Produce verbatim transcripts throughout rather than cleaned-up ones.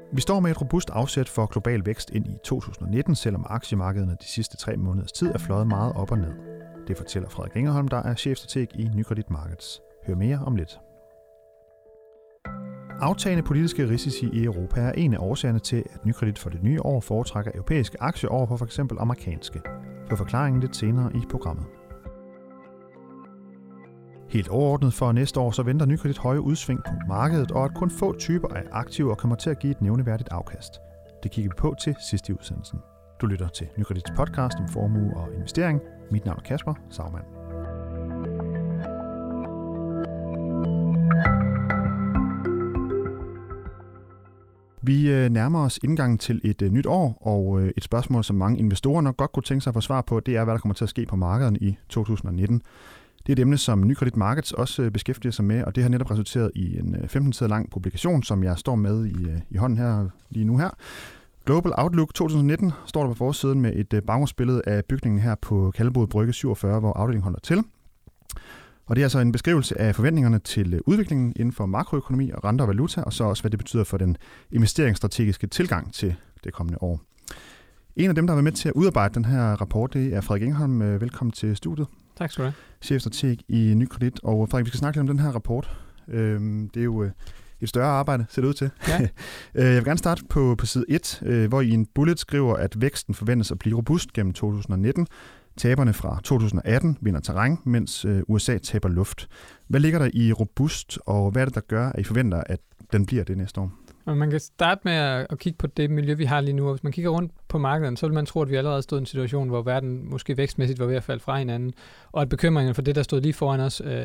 Vi står med et robust afsæt for global vækst ind i to tusind nitten, selvom aktiemarkederne de sidste tre måneders tid er fløjet meget op og ned. Det fortæller Frederik Ingerholm, der er chefstrateg i Nykredit Markets. Hør mere om lidt. Aftagende politiske risici i Europa er en af årsagerne til, at Nykredit for det nye år foretrækker europæiske aktier over for f.eks. amerikanske. For forklaringen lidt senere i programmet. Helt overordnet for næste år så venter Nykredit høje udsving på markedet, og at kun få typer af aktiver kommer til at give et nævneværdigt afkast. Det kigger vi på til sidst i udsendelsen. Du lytter til Nykredits podcast om formue og investering. Mit navn er Kasper Sagmann. Vi nærmer os indgangen til et nyt år, og et spørgsmål, som mange investorer nok godt kunne tænke sig at få svar på, det er, hvad der kommer til at ske på markederne i to tusind nitten. Det er et emne, som Nykredit Markets også beskæftiger sig med, og det har netop resulteret i en femten sider lang publikation, som jeg står med i, i hånden her lige nu her. Global Outlook to tusind nitten står der på forsiden med et baggrundsbillede af bygningen her på Kalvebod Brygge syvogfyrre, hvor afdelingen holder til. Og det er altså en beskrivelse af forventningerne til udviklingen inden for makroøkonomi og renter og valuta, og så også, hvad det betyder for den investeringsstrategiske tilgang til det kommende år. En af dem, der har været med til at udarbejde den her rapport, det er Frederik Ingerholm. Velkommen til studiet. Tak skal du have. Chefstrateg i Nykredit. Og Frederik, vi skal snakke lidt om den her rapport. Det er jo et større arbejde, ser det ud til. Ja. Jeg vil gerne starte på, på side et, hvor I en bullet skriver, at væksten forventes at blive robust gennem to tusind nitten. Taberne fra to tusind atten vinder terræn, mens U S A taber luft. Hvad ligger der i robust, og hvad er det, der gør, at I forventer, at den bliver det næste år? Man kan starte med at kigge på det miljø, vi har lige nu. Hvis man kigger rundt på markedet, så vil man tro, at vi allerede stod i en situation, hvor verden måske vækstmæssigt var ved at falde fra hinanden, og at bekymringen for det, der stod lige foran os, øh,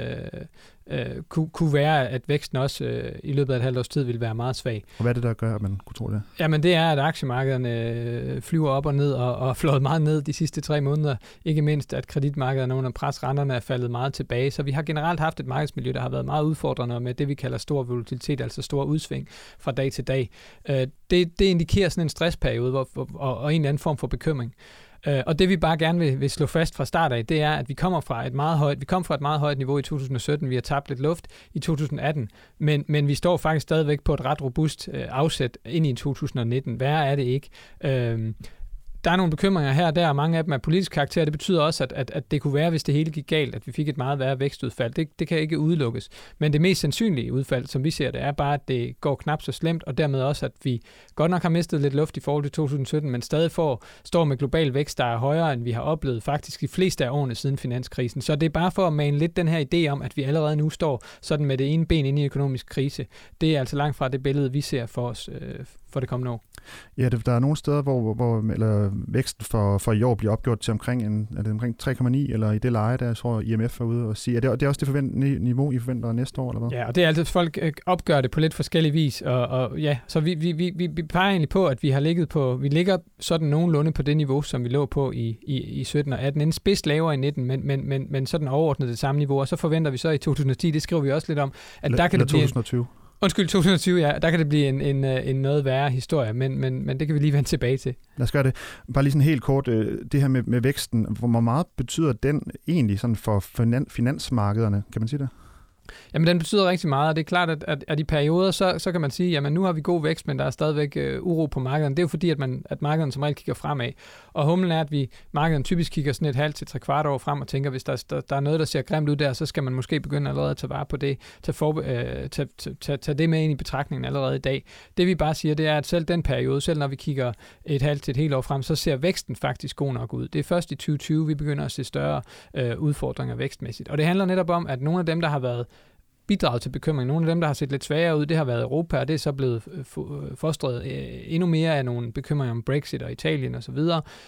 øh, kunne, kunne være, at væksten også øh, i løbet af et halvt års tid ville være meget svag. Og hvad er det, der gør, at man kunne tro det? Jamen det er, at aktiemarkederne flyver op og ned, og, og flået meget ned de sidste tre måneder. Ikke mindst, at kreditmarkederne under pres, renterne er faldet meget tilbage. Så vi har generelt haft et markedsmiljø, der har været meget udfordrende med det, vi kalder stor volatilitet, altså stor udsving fra dag til dag. Det, det indikerer sådan en stressperiode hvor, og, og en eller anden form for bekymring. Og det vi bare gerne vil, vil slå fast fra start af, det er, at vi kommer fra et meget højt, vi kom fra et meget højt niveau i to tusind sytten. Vi har tabt lidt luft i to tusind atten, men, men vi står faktisk stadigvæk på et ret robust øh, afsæt ind i to tusind nitten. Værre er det ikke. Øh, Der er nogle bekymringer her og der, og mange af dem er politisk karakter. Det betyder også, at, at, at det kunne være, hvis det hele gik galt, at vi fik et meget værre vækstudfald. Det, det kan ikke udelukkes. Men det mest sandsynlige udfald, som vi ser det, er bare, at det går knap så slemt, og dermed også, at vi godt nok har mistet lidt luft i forhold til to tusind sytten, men stadig får, står med global vækst, der er højere, end vi har oplevet faktisk de fleste af årene siden finanskrisen. Så det er bare for at mane lidt den her idé om, at vi allerede nu står sådan med det ene ben inde i økonomisk krise. Det er altså langt fra det billede, vi ser for os øh, for det kommende år. Ja, der er nogle steder, hvor, hvor eller væksten for, for i år bliver opgjort til omkring, en, er det omkring tre komma ni, eller i det leje, der jeg tror I M F er ude og sige. Er det, det er også det forventede niveau, I forventer næste år, eller hvad? Ja, og det er altid, folk opgør det på lidt forskellige vis, og, og ja, så vi, vi, vi, vi peger egentlig på, at vi har ligget på, vi ligger sådan nogenlunde på det niveau, som vi lå på i, i, i sytten og atten. En spids lavere i nitten, men, men, men, men sådan overordnet det samme niveau, og så forventer vi så i to tusind ti, det skriver vi også lidt om, at L- der kan det blive... to tusind tyve. Undskyld, to tusind tyve, ja. Der kan det blive en, en, en noget værre historie, men, men, men det kan vi lige vende tilbage til. Lad os gøre det. Bare lige sådan helt kort, det her med, med væksten. Hvor meget betyder den egentlig sådan for finansmarkederne? Kan man sige det? Jamen, den betyder rigtig meget, og det er klart, at, at, at i perioder, så, så kan man sige, jamen nu har vi god vækst, men der er stadigvæk øh, uro på markedet. Det er jo fordi, at, man, at markedet som regel kigger fremad. Og humlen er, at vi markedet typisk kigger sådan et halvt til tre kvart år frem og tænker, hvis der, der, der er noget, der ser grimt ud der, så skal man måske begynde allerede at tage vare på det, tage, for, øh, tage, tage, tage det med ind i betragtningen allerede i dag. Det vi bare siger, det er, at selv den periode, selv når vi kigger et halvt til et helt år frem, så ser væksten faktisk god nok ud. Det er først i tyve tyve, vi begynder at se større øh, udfordringer vækstmæssigt. Og det handler netop om, at nogle af dem, der har været bidraget til bekymring. Nogle af dem, der har set lidt svagere ud, det har været Europa, og det er så blevet fostret endnu mere af nogle bekymringer om Brexit og Italien osv.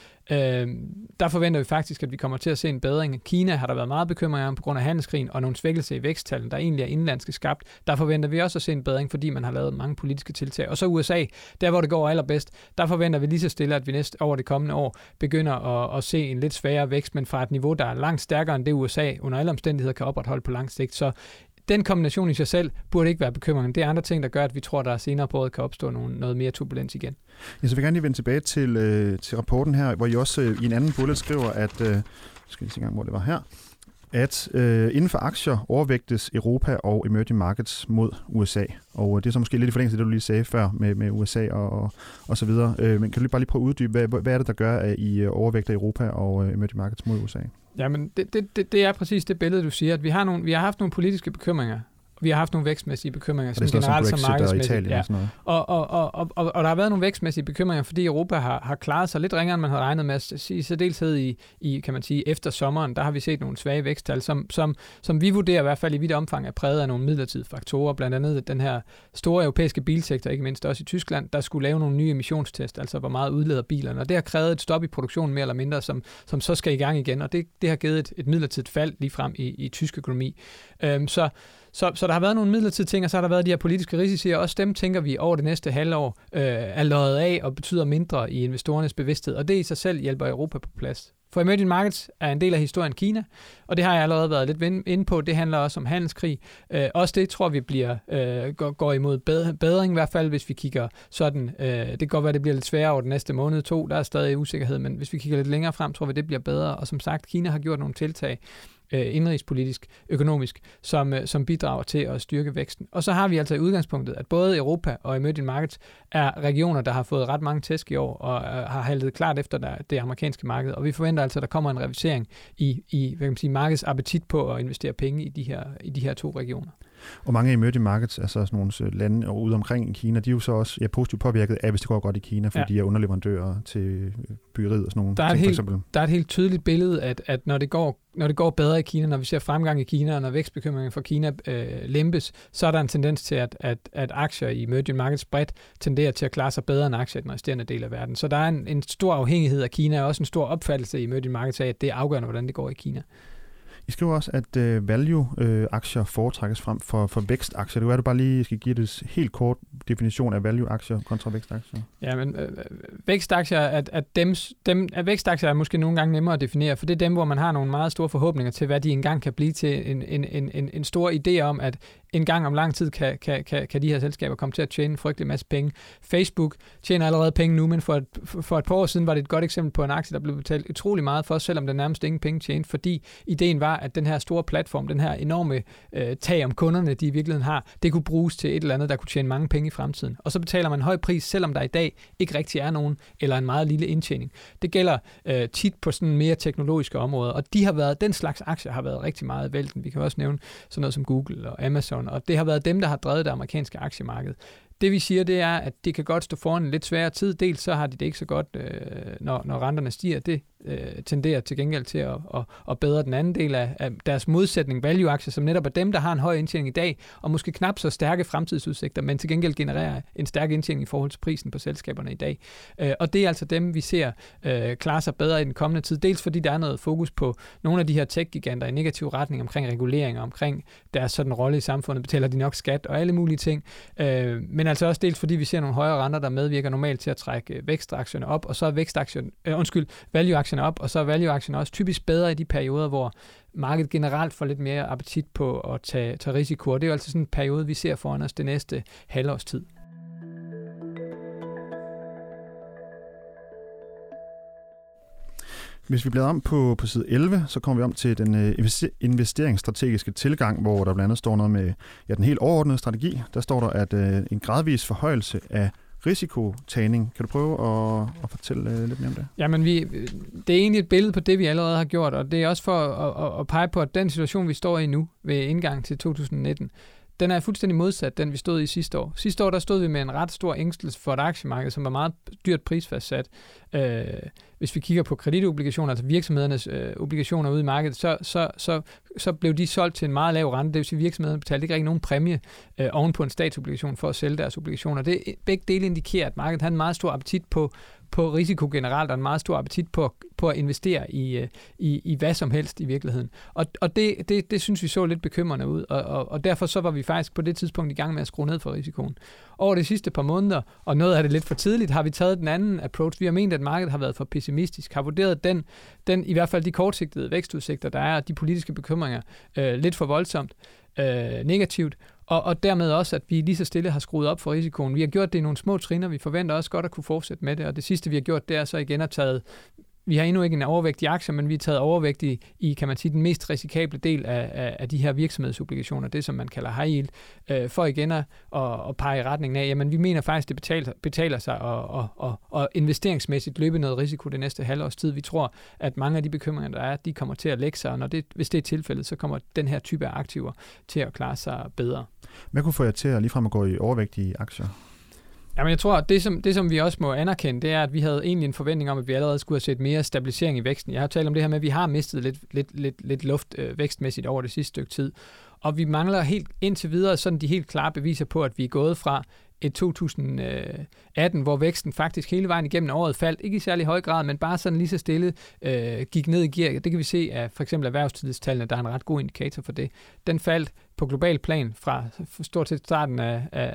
Øh, der forventer vi faktisk, at vi kommer til at se en bedring. Kina har der været meget bekymringer om på grund af handelskrigen og nogle svækkelser i væksttallene, der egentlig er indlandske skabt. Der forventer vi også at se en bedring, fordi man har lavet mange politiske tiltag. Og så U S A, der hvor det går allerbedst, der forventer vi lige så stille, at vi næste over det kommende år begynder at, at se en lidt svagere vækst, men fra et niveau, der er langt stærkere end det U S A under alle omstændigheder kan opretholde på lang sigt. Så den kombination i sig selv burde ikke være bekymringen. Det er andre ting, der gør, at vi tror, at der senere på året kan opstå nogle, noget mere turbulens igen. Ja, så vil jeg gerne lige vende tilbage til, øh, til rapporten her, hvor I også øh, i en anden bullet skriver, at, øh, skal jeg se gang, hvor det var her, at øh, inden for aktier overvægtes Europa og emerging markets mod U S A. Og det er så måske lidt i forlængelse af det, du lige sagde før med, med U S A og, og, og så videre. Øh, men kan du lige bare lige prøve at uddybe, hvad, hvad er det, der gør, at I overvægter Europa og emerging markets mod U S A? Jamen, det, det, det er præcis det billede, du siger, at vi har, nogle, vi har haft nogle politiske bekymringer. Vi har haft nogle vækstmæssige bekymringer, som generelt som markedsmæssigt. Ja. Og, og, og, og, og, og der har været nogle vækstmæssige bekymringer, fordi Europa har, har klaret sig lidt ringere, end man havde regnet med. I særdeleshed i, i, kan man sige, efter sommeren, der har vi set nogle svage væksttal, som, som, som vi vurderer i hvert fald i vidt omfang er præget af nogle midlertidige faktorer, blandt andet den her store europæiske bilsektor, ikke mindst også i Tyskland, der skulle lave nogle nye emissionstest, altså hvor meget udleder bilerne, og det har krævet et stop i produktionen mere eller mindre, som, som så skal i gang igen, og det, det har givet et, et midlertidigt fald lige frem i, i tysk økonomi. Øhm, så Så, så der har været nogle midlertidige ting, og så har der været de her politiske risici, og også dem tænker vi over det næste halvår øh, er løjet af og betyder mindre i investorernes bevidsthed, og det i sig selv hjælper Europa på plads. For emerging markets er en del af historien Kina, og det har jeg allerede været lidt inde på. Det handler også om handelskrig. Øh, også det tror vi bliver øh, går, går imod bedring, i hvert fald hvis vi kigger sådan. Øh, det kan godt være, det bliver lidt sværere over den næste måned to. Der er stadig usikkerhed, men hvis vi kigger lidt længere frem, tror vi, det bliver bedre. Og som sagt, Kina har gjort nogle tiltag, indrigspolitisk, økonomisk, som, som bidrager til at styrke væksten. Og så har vi altså i udgangspunktet, at både Europa og emerging markets er regioner, der har fået ret mange tæsk i år, og har haltet klart efter det amerikanske marked. Og vi forventer altså, at der kommer en revisering i, i hvad kan man sige, markedets appetit på at investere penge i de her, i de her to regioner. Og mange emerging markets, altså sådan nogle lande ude omkring i Kina, de er jo så også ja, positivt påvirket af, hvis det går godt i Kina, fordi ja. de er underleverandører til byggeriet og sådan nogle der er ting, helt, for eksempel. Der er et helt tydeligt billede, at, at når, det går, når det går bedre i Kina, når vi ser fremgang i Kina, og når vækstbekymringen for Kina øh, lempes, så er der en tendens til, at, at, at aktier i emerging markets bredt tenderer til at klare sig bedre end aktier i den resterende del af verden. Så der er en, en stor afhængighed af Kina, og også en stor opfattelse i emerging markets af, at det er afgørende, hvordan det går i Kina. I skriver også, at øh, value-aktier øh, foretrækkes frem for, for vækstaktier. Det er, at du bare lige skal give det helt kort definition af value-aktier kontra vækstaktier. Ja, men øh, vækstaktier, at, at, dem, dem, at vækstaktier er måske nogle gange nemmere at definere, for det er dem, hvor man har nogle meget store forhåbninger til, hvad de engang kan blive til. En, en, en, en stor idé om, at en gang om lang tid kan, kan, kan, kan de her selskaber komme til at tjene en frygtelig masse penge. Facebook tjener allerede penge nu, men for et, for et par år siden var det et godt eksempel på en aktie, der blev betalt utrolig meget for, selvom den nærmest ingen penge tjente, fordi ideen var, at den her store platform, den her enorme øh, tag om kunderne, de i virkeligheden har, det kunne bruges til et eller andet, der kunne tjene mange penge i fremtiden. Og så betaler man en høj pris, selvom der i dag ikke rigtig er nogen, eller en meget lille indtjening. Det gælder øh, tit på sådan mere teknologiske områder, og de har været, den slags aktier har været rigtig meget vælten. Vi kan også nævne sådan noget som Google og Amazon, og det har været dem, der har drevet det amerikanske aktiemarked. Det vi siger, det er, at det kan godt stå foran en lidt sværere tid. Dels så har de det ikke så godt, øh, når, når renterne stiger. Det øh, tenderer til gengæld til at, at, at bedre den anden del af, af deres modsætning, value-aktier, som netop er dem, der har en høj indtjening i dag, og måske knap så stærke fremtidsudsigter, men til gengæld genererer en stærk indtjening i forhold til prisen på selskaberne i dag. Øh, og det er altså dem, vi ser øh, klare sig bedre i den kommende tid. Dels fordi der er noget fokus på nogle af de her tech-giganter i negativ retning omkring regulering og omkring deres sådan rolle i samfundet, betaler de nok skat og alle mulige ting. Øh, men altså også dels fordi vi ser nogle højere renter, der medvirker normalt til at trække vækstaktierne op, og så er vækstaktierne, øh, undskyld, value-aktierne op, og så er value-aktierne også typisk bedre i de perioder, hvor markedet generelt får lidt mere appetit på at tage, tage risiko. Og det er jo altså sådan en periode, vi ser foran os det næste halvårs tid. Hvis vi bladrer om på, på side elleve, så kommer vi om til den øh, investeringsstrategiske tilgang, hvor der blandt andet står noget med ja, den helt overordnede strategi. Der står der, at øh, en gradvis forhøjelse af risikotagning. Kan du prøve at, at fortælle øh, lidt mere om det? Jamen, vi, det er egentlig et billede på det, vi allerede har gjort, og det er også for at, at, at pege på, at den situation, vi står i nu ved indgang til to tusind nitten, den er fuldstændig modsat den, vi stod i sidste år. Sidste år, der stod vi med en ret stor ængstelse for et aktiemarked, som var meget dyrt prisfastsat. Øh, hvis vi kigger på kreditobligationer, altså virksomhedernes øh, obligationer ude i markedet, så, så, så, så blev de solgt til en meget lav rente. Det vil sige, at virksomhederne betalte ikke rigtig nogen præmie øh, oven på en statsobligation for at sælge deres obligationer. Det, begge dele indikerer, at markedet har en meget stor appetit på på risiko generelt, og en meget stor appetit på, på at investere i, i, i hvad som helst i virkeligheden. Og, og det, det, det synes vi så lidt bekymrende ud, og, og, og derfor så var vi faktisk på det tidspunkt i gang med at skrue ned for risikoen. Over de sidste par måneder, og noget af det lidt for tidligt, har vi taget den anden approach. Vi har ment, at markedet har været for pessimistisk, har vurderet den, den i hvert fald de kortsigtede vækstudsigter, der er, og de politiske bekymringer, øh, lidt for voldsomt øh, negativt, Og, og dermed også, at vi lige så stille har skruet op for risikoen. Vi har gjort det i nogle små trin, vi forventer også godt at kunne fortsætte med det, og det sidste, vi har gjort, det er så igen at tage vi har endnu ikke en overvægt i aktier, men vi er taget overvægt i, i kan man sige, den mest risikable del af, af, af de her virksomhedsobligationer, det som man kalder high yield, øh, for igen at, at, at pege i retningen af, jamen vi mener faktisk, det betaler, betaler sig at, at, at, at investeringsmæssigt løbe noget risiko det næste halvårs tid. Vi tror, at mange af de bekymringer, der er, de kommer til at lægge sig, og når det, hvis det er tilfældet, så kommer den her type af aktiver til at klare sig bedre. Hvad kunne få jer til at ligefrem at gå i overvægt i aktier? Jamen jeg tror, at det som, det, som vi også må anerkende, det er, at vi havde egentlig en forventning om, at vi allerede skulle have set mere stabilisering i væksten. Jeg har talt om det her med, at vi har mistet lidt, lidt, lidt, lidt luft øh, vækstmæssigt over det sidste stykke tid. Og vi mangler helt indtil videre sådan de helt klare beviser på, at vi er gået fra et to tusind atten, hvor væksten faktisk hele vejen igennem året faldt, ikke i særlig høj grad, men bare sådan lige så stille øh, gik ned i gear. Det kan vi se af for eksempel erhvervstidstallene, der er en ret god indikator for det. Den faldt på global plan fra stort set starten af, af,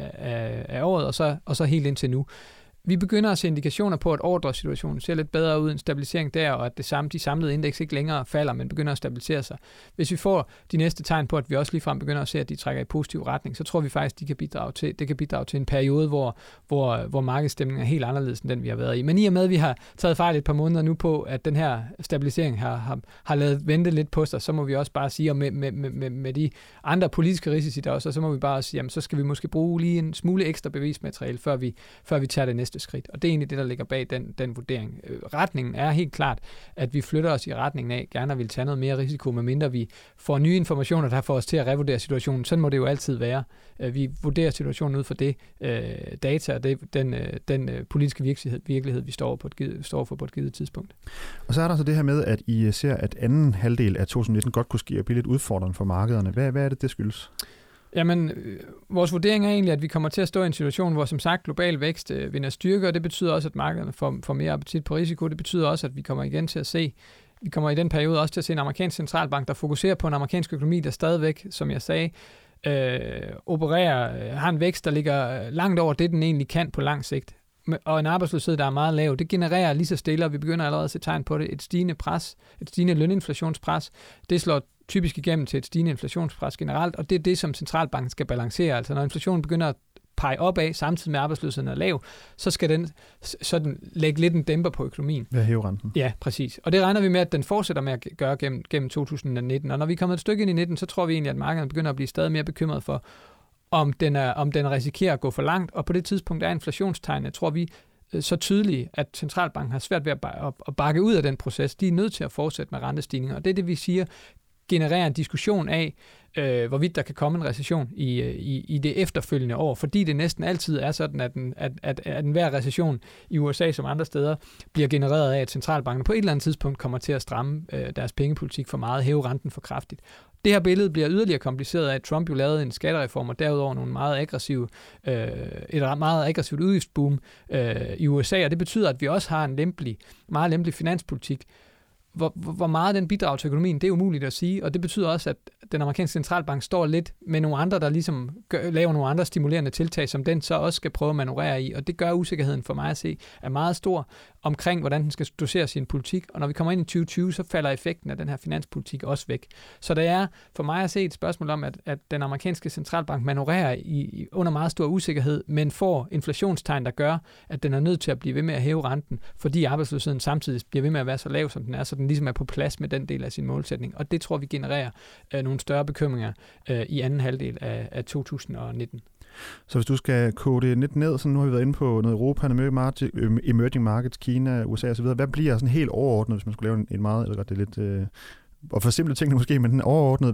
af, af året, og så, og så helt indtil nu. Vi begynder at se indikationer på, at ordresituationen ser lidt bedre ud, en stabilisering der, og at det samme, de samlede indeks ikke længere falder, men begynder at stabilisere sig. Hvis vi får de næste tegn på, at vi også ligefrem begynder at se, at de trækker i positiv retning, så tror vi faktisk, de kan bidrage til, det kan bidrage til en periode, hvor, hvor, hvor markedsstemningen er helt anderledes end den, vi har været i. Men i og med, at vi har taget fejl et par måneder nu på, at den her stabilisering har, har, har lavet vente lidt på sig, så må vi også bare sige, og med, med, med, med de andre politiske risici der også, så må vi bare sige, jamen så skal vi måske bruge lige en smule ekstra bevismateriale, før vi, før vi tager det næste skridt. Og det er egentlig det, der ligger bag den, den vurdering. Retningen er helt klart, at vi flytter os i retningen af, gerne vil tage noget mere risiko, medmindre vi får nye informationer, der får os til at revurdere situationen. Sådan må det jo altid være. Vi vurderer situationen ud fra det øh, data og det, den, øh, den øh, politiske virkelighed, virkelighed, vi står, på et givet, står for på et givet tidspunkt. Og så er der så det her med, at I ser, at anden halvdel af to tusind nitten godt kunne ske at blive lidt udfordrende for markederne. Hvad, hvad er det, det skyldes? Jamen, øh, vores vurdering er egentlig, at vi kommer til at stå i en situation, hvor som sagt global vækst øh, vinder styrke, og det betyder også, at markederne får, får mere appetit på risiko. Det betyder også, at vi kommer igen til at se, vi kommer i den periode også til at se en amerikansk centralbank, der fokuserer på en amerikansk økonomi, der stadigvæk, som jeg sagde, øh, opererer, øh, har en vækst, der ligger langt over det, den egentlig kan på lang sigt. Og en arbejdsløshed, der er meget lav, det genererer lige så stille, og vi begynder allerede at se tegn på det. Et stigende pres, et stigende løninflationspres, det slår typisk igennem til et stigende inflationspres generelt, og det er det, som centralbanken skal balancere. Altså når inflationen begynder at pege opad, samtidig med arbejdsløsheden er lav, så skal den sådan lægge lidt en dæmper på økonomien. Ved at hæve renten. Ja, præcis. Og det regner vi med, at den fortsætter med at gøre gennem, gennem to tusind nitten. Og når vi kommer et stykke ind i nitten, så tror vi egentlig, at markederne begynder at blive stadig mere bekymret for, om den, er, om den risikerer at gå for langt. Og på det tidspunkt er inflationstegnene, tror vi, så tydelige, at centralbanken har svært ved at bakke ud af den proces. De er nødt til at fortsætte med rentestigninger. Og det er det, vi siger, genererer en diskussion af, øh, hvorvidt der kan komme en recession i, i, i det efterfølgende år, fordi det næsten altid er sådan, at, den, at, at, at enhver recession i U S A som andre steder bliver genereret af, at centralbanken på et eller andet tidspunkt kommer til at stramme øh, deres pengepolitik for meget, hæve renten for kraftigt. Det her billede bliver yderligere kompliceret af, at Trump jo lavede en skattereform, og derudover nogle meget aggressive, øh, et meget aggressivt udgiftsboom øh, i U S A, og det betyder, at vi også har en lempelig, meget lempelig finanspolitik. Hvor, hvor meget den bidrager til økonomien, det er umuligt at sige, og det betyder også, at den amerikanske centralbank står lidt med nogle andre, der ligesom gør, laver nogle andre stimulerende tiltag, som den så også skal prøve at manøvrere i, og det gør usikkerheden for mig at se er meget stor omkring, hvordan den skal dosere sin politik, og når vi kommer ind i tyve tyve, så falder effekten af den her finanspolitik også væk. Så det er for mig at se et spørgsmål om, at, at den amerikanske centralbank manøvrerer i, i, under meget stor usikkerhed, men får inflationstegn, der gør, at den er nødt til at blive ved med at hæve renten, fordi arbejdsløsheden samtidig bliver ved med at være så lav, som den er, så den ligesom er på plads med den del af sin målsætning. Og det tror vi genererer øh, nogle større bekymringer øh, i anden halvdel af, af to tusind nitten. Så hvis du skal kode det lidt ned, så nu har vi været inde på noget Europa, emerging markets, Kina, U S A osv. Hvad bliver sådan helt overordnet, hvis man skulle lave en meget, eller det er lidt, øh, og for simple tingene måske, men den overordnede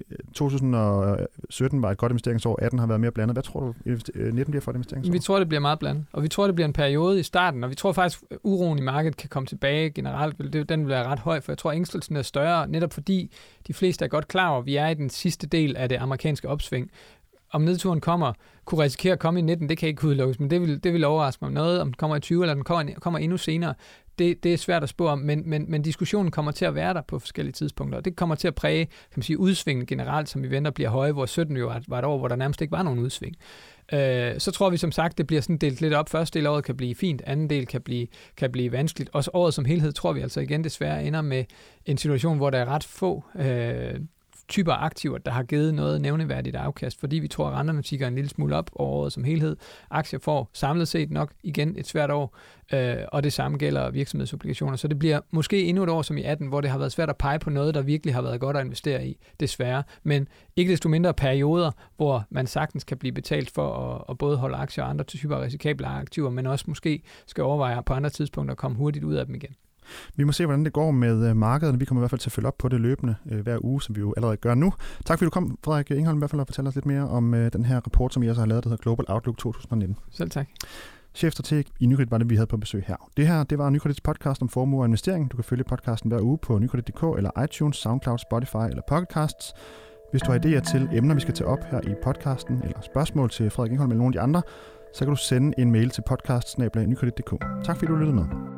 to tusind sytten var et godt investeringsår, atten har været mere blandet. Hvad tror du, nitten bliver for et investeringsår? Vi tror, det bliver meget blandet, og vi tror, det bliver en periode i starten, og vi tror faktisk, at uroen i markedet kan komme tilbage generelt. Den vil være ret høj, for jeg tror, at ængstelsen er større, netop fordi de fleste er godt klar over, at vi er i den sidste del af det amerikanske opsving. Om nedturen kommer, kunne risikere at komme i nitten, det kan ikke udelukkes, men det vil, det vil overraske mig om noget, om den kommer i tyve, eller den kommer, kommer endnu senere. Det, det er svært at spå om, men, men, men diskussionen kommer til at være der på forskellige tidspunkter, og det kommer til at præge, kan man sige, udsvingen generelt, som vi venter bliver høje, hvor sytten jo var et år, hvor der nærmest ikke var nogen udsving. Øh, så tror vi som sagt, det bliver sådan delt lidt op. Første del af året kan blive fint, anden del kan blive, kan blive vanskeligt. Også året som helhed tror vi altså igen desværre ender med en situation, hvor der er ret få øh, typer aktiver, der har givet noget nævneværdigt afkast, fordi vi tror, at renterne tikker en lille smule op over året som helhed. Aktier får samlet set nok igen et svært år, øh, og det samme gælder virksomhedsobligationer. Så det bliver måske endnu et år som i atten, hvor det har været svært at pege på noget, der virkelig har været godt at investere i, desværre. Men ikke desto mindre perioder, hvor man sagtens kan blive betalt for at, at både holde aktier og andre typer risikable aktiver, men også måske skal overveje på andre tidspunkter at komme hurtigt ud af dem igen. Vi må se, hvordan det går med markedet. Vi kommer i hvert fald til at følge op på det løbende øh, hver uge, som vi jo allerede gør nu. Tak fordi du kom, Frederik Engholm, i hvert fald at fortælle os lidt mere om øh, den her rapport, som I også har lavet, der hedder Global Outlook to tusind nitten. Selv tak. Chefstrateg i Nykredit var det, vi havde på besøg her. Det her, det var Nykredits podcast om formue og investering. Du kan følge podcasten hver uge på nykredit punktum d k eller iTunes, SoundCloud, Spotify eller Pocketcasts. Hvis du har idéer til emner, vi skal tage op her i podcasten, eller spørgsmål til Frederik Engholm eller nogle af de andre, så kan du sende en mail til podcast snabel-a nykredit punktum d k. Tak fordi du lyttede med.